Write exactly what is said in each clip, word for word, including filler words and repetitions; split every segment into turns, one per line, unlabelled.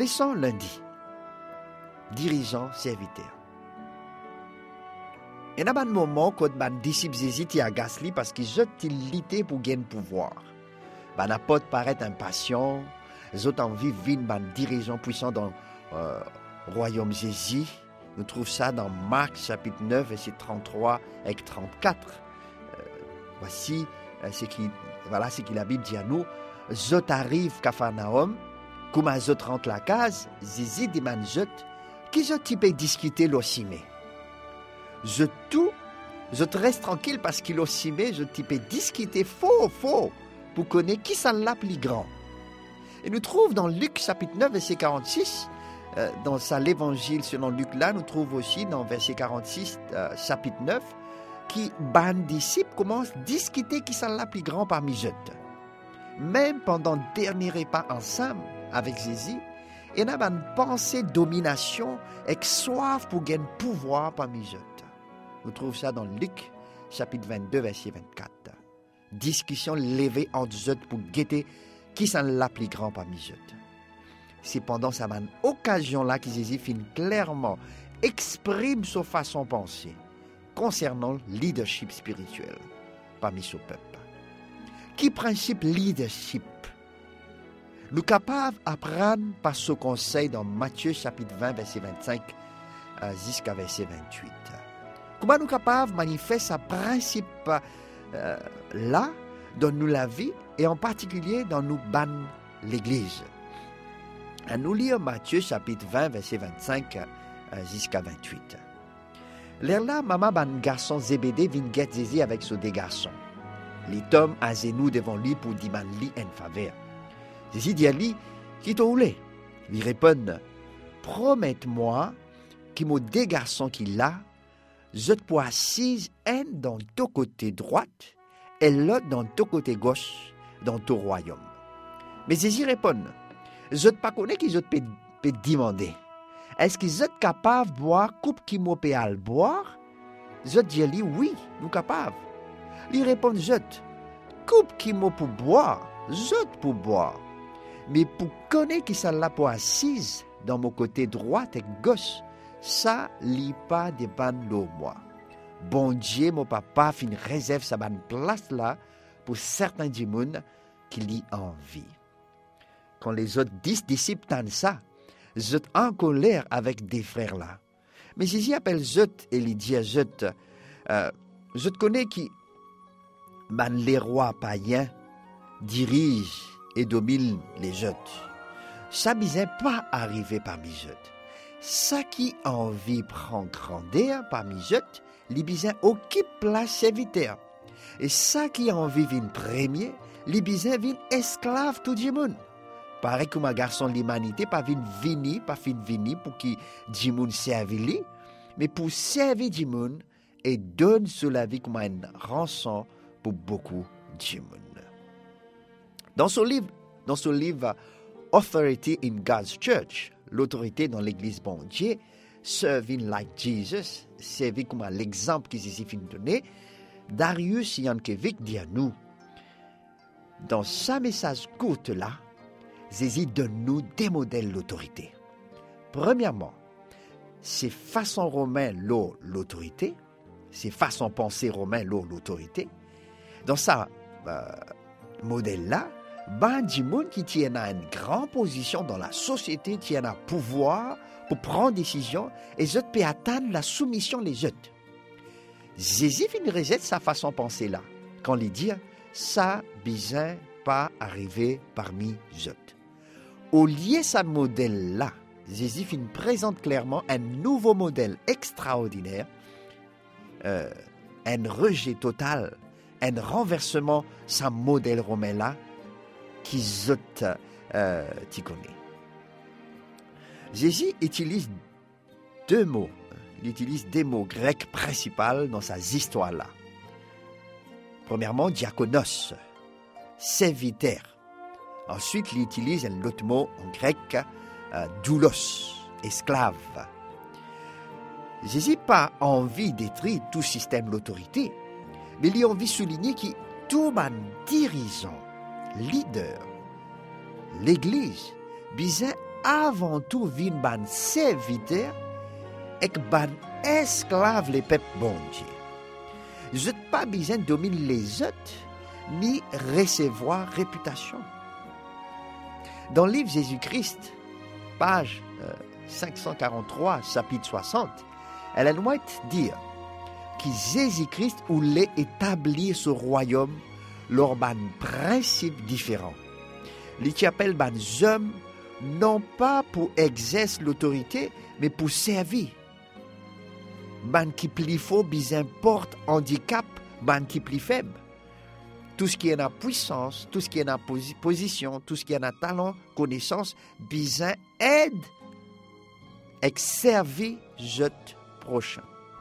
Leçon lundi. Dirigeant, serviteur. Il y a un moment quand les disciples hésitent à Gasly parce qu'ils ont l'idée pour gagner pouvoir. Les apôtres paraissent impatients, ils ont envie de vivre un dirigeant puissant dans le euh, royaume Jésus. Nous trouvons ça dans Marc chapitre neuf, verset trente-trois et trente-quatre. Euh, voici euh, ce qui, voilà ce que la Bible dit à nous. Zot arrive Capharnaüm, comme à Zot rentre la case, Jésus demande Zot, qui Zot type discuter l'ossimé. Je tout, je reste tranquille parce qu'il ossimé, je type discuter faux, faux, pour connaître qui ça l'a plus grand. Et nous trouvons dans Luc chapitre neuf, verset quarante-six, euh, dans ça l'évangile selon Luc là, nous trouvons aussi dans verset quarante-six, euh, chapitre neuf, qui, ban disciples commencent à discuter qui ça l'a plus grand parmi eux. Même pendant le dernier repas ensemble avec Jésus, il y a une pensée de domination et soif pour gagner pouvoir parmi eux. Nous trouvons ça dans Luc chapitre vingt-deux, verset vingt-quatre. Discussion levée entre eux pour guetter qui s'en l'a plus grand parmi eux. C'est pendant cette occasion-là que Jésus finit clairement exprime sa façon de penser concernant le leadership spirituel parmi son peuple. Qui principe leadership? Nous sommes capables d'apprendre par ce conseil dans Matthieu chapitre vingt, verset vingt-cinq jusqu'à verset vingt-huit. Comment nous sommes capables de manifester ce principe euh, là dans nous la vie et en particulier dans nous ban l'Église. À nous lire Matthieu chapitre vingt, verset vingt-cinq euh, jusqu'à vingt-huit. L'air là, maman ban garçon Zébédée vient guette Jésus avec ses deux garçons. Les tombent à genoux devant lui pour demander lui une faveur. Jésus dit à lui, qui t'a roulé? Il répond, promette-moi qu'il m'a deux garçons qu'il a, je te pourrai assise un dans ton côté droit et l'autre dans ton côté gauche dans ton royaume. Mais Jésus répond, je ne connais pas qui je peux te demander. Est-ce que vous êtes capable de boire coupe qui m'a payé à boire? Je dis lui, oui, nous sommes capables. Il répond, je coupe qui m'a pour boire, je pour boire. Mais pour connaître qui ça l'a pour assise dans mon côté droit et gauche, ça lit pas de ban l'eau moi. Bon Dieu, mon papa, fin réserve sa bonne place là pour certains djimoun qui l'y envie. Quand les autres dix disciples tannent ça, ils sont en colère avec des frères là. Mais Jésus appelle Zot et lui dit à Zot, euh, je te connais qui, ben les rois païens dirigent et dominent les autres. Ça ne pas arriver parmi eux. Ça qui a envie de prendre grandeur parmi eux, les bisins occupe place serviteur. Et ça qui a envie de venir premier, les bisins viennent esclaves tout le monde. Pareil comme un garçon de l'humanité, pas vin vini, pas fin vini pour qui Djimoun servi, mais pour servir Djimoun et donne sur la vie comme une rançon pour beaucoup Djimoun. Dans ce livre, dans ce livre Authority in God's Church, l'autorité dans l'Église bon Dieu, serving like Jesus, servir comme l'exemple que Jésus finit de donner, Darius Yankovic dit à nous, dans sa message courte là, Jésus donne-nous des modèles d'autorité. Premièrement, c'est façon romaine l'eau l'autorité, c'est façon pensée romaine l'eau l'autorité. Dans ça euh, modèle-là, ben du monde qui tient à une grande position dans la société, tient à pouvoir pour prendre des décisions et je peux atteindre la soumission des autres. Jésus finit rejette sa façon de penser là, quand il dit ça bizarre pas arriver parmi eux. Au lieu de ce modèle-là, Jésus finit présente clairement un nouveau modèle extraordinaire, euh, un rejet total, un renversement, ce modèle romain-là, qui zot euh, t'y connaît. Jésus utilise deux mots, il utilise des mots grecs principaux dans sa histoire-là. Premièrement, diakonos, serviteur. Ensuite, il utilise un autre mot en grec, euh, doulos, esclave. Jésus n'a pas envie de détruire tout système d'autorité, mais il a envie de souligner que tout un dirigeant, leader, l'Église, besoin avant tout vin ban serviteur et ban esclave les peuples bon Dieu. Je n'ai pas besoin de dominer les autres ni recevoir réputation. Dans le livre Jésus-Christ, page euh, cinq cent quarante-trois, chapitre soixante, Ellen White dit que Jésus-Christ voulait établir ce royaume lors d'un principe différent. Il appelle les hommes non pas pour exercer l'autorité, mais pour servir. Ban qui plus fort, bis importe handicap, ban qui plus faible. Tout ce qui est en puissance, tout ce qui est en position, tout ce qui est en talent, connaissance, bis aide et servir je prochain.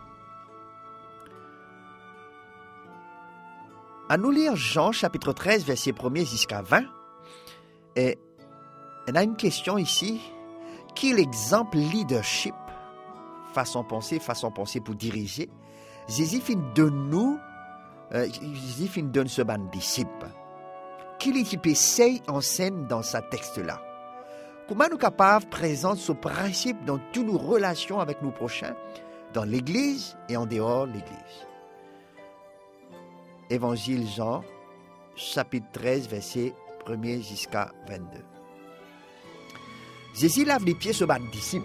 À nous lire Jean chapitre treize, verset premier jusqu'à vingt. Et on a une question ici. Quel exemple leadership, façon penser, façon penser pour diriger, Jésus fin de nous, euh, Jésus fin donne ce ban disciple. Quel équipe essaye en scène dans ce texte-là? Comment nous capables présenter ce principe dans toutes nos relations avec nos prochains, dans l'Église et en dehors de l'Église? Évangile Jean, chapitre treize, verset premier jusqu'à vingt-deux. Jésus lave les pieds sur ban disciple.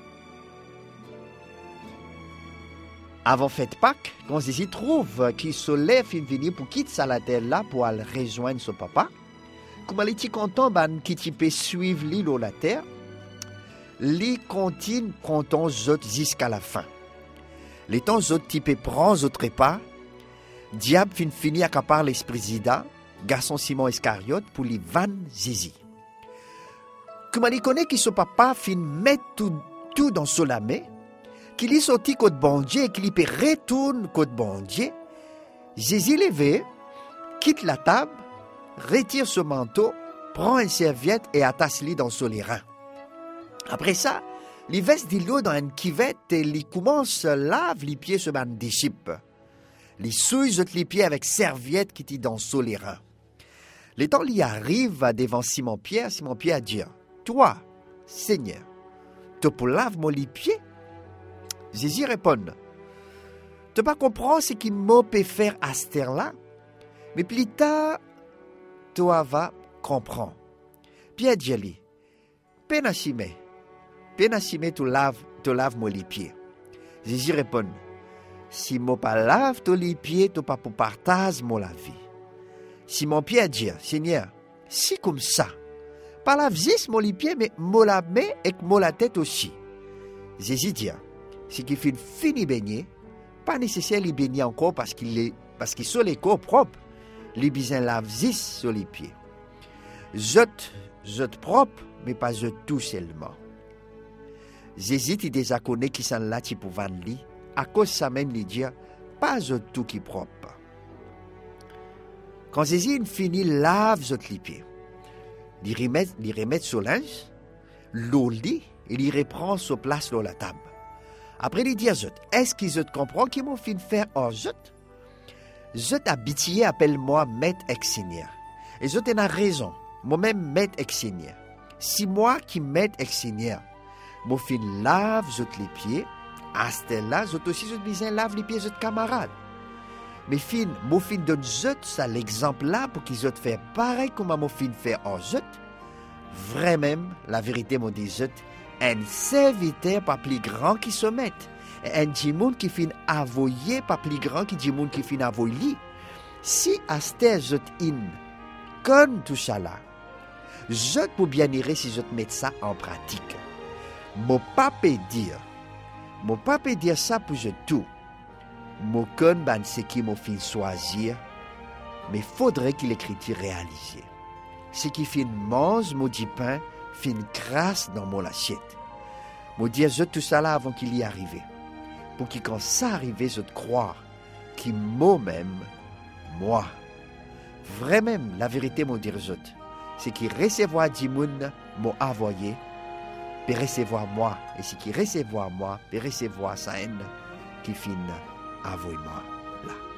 Avant fête Pâques, quand Jésus trouve qu'il se lève et venir pour quitter la terre là pour aller rejoindre son papa, comme il était content ban qui peut suivre l'île ou la terre, il continue content jusqu'à la fin. Les temps autres type prend autres repas, diable fin fini à capar l'esprit Zida, garçon Simon Iscariote pour lui van Jésus. Comme il connaît que son papa fin met tout, tout dans son lamé, qu'il est sorti côté bon Dieu et qu'il peut retourner côté bon Dieu, Jésus levé, quitte la table, retire son manteau, prend une serviette et attache-le dans son rein. Après ça, il verse de l'eau dans une cuvette et il commence à laver les pieds sur un disciple. Il souille les pieds avec serviette qui est dans son rein. Le temps il arrive devant Simon-Pierre, Simon-Pierre dit, toi, Seigneur, tu peux laver mon les pieds? Jésus répond, tu pas comprendre ce qu'il m'a peut faire à cette heure-là, mais plus tard, tu vas comprendre. Pierre dit, pénachime, pénachime, tu laves, tu laves moi les pieds. Jésus répond, si moi pas lave tous les pieds, tu pas pour partager mon la vie. Simon Pierre dit, Seigneur, si comme ça, pas lave juste mon les pieds, mais moi la main et moi la tête aussi. Jésus dit, si qui fait fini baigner, pas nécessaire de baigner encore parce qu'il est, parce qu'il sont les corps propres, les bisins lavent juste sur les pieds. Zot, zot propre, mais pas zot tout seulement. Jésus il déjà connaît qui sont là qui pouvaient lui, à cause ça même lui dire, pas zot tout qui propre. Quand Jésus finit lave zot les pieds, il remet, il remet sur linge, l'eau lit et il reprend sa place sur la table. Après, il dit à Zot, est-ce que Zot comprend qu'il m'a fait faire hors Zot? Zot habitué appelle-moi maître et seigneur. Et Zot en a raison, moi-même maître et seigneur. Si moi qui maître et seigneur, mon fin lave Zot les pieds, à ce là, Zot aussi Zot besoin lave les pieds Zot camarades. Mais fin, mon fin donne Zot ça l'exemple là pour qu'ils Zot fait pareil comme mon fin fait hors Zot. Vraiment, la vérité m'a dit Zot, un serviteur pas plus grand qui se met. Et un djimoun qui fin avoyer pas plus grand qui djimoun qui fin avoyer. Si aster zot in, comme tout ça là, zot pour bien irer si zot met ça en pratique. Mon pas peut dire, mon pas peut dire ça pour je tout. Mon con ban ce qui m'a fin choisir, mais faudrait qu'il écriture réaliser. Ce qui fin mange maudit pain, fin crasse dans mon assiette. Moi dire je tout ça là avant qu'il y arrive. Pour qu'il quand ça arrive, je te croire qu'il moi-même, moi, vraiment la vérité mon dire je, c'est qu'il recevoir du monde m'a envoyé, peut recevoir moi, et c'est qu'il recevoir moi, peut recevoir sa haine qui finit envoie moi là.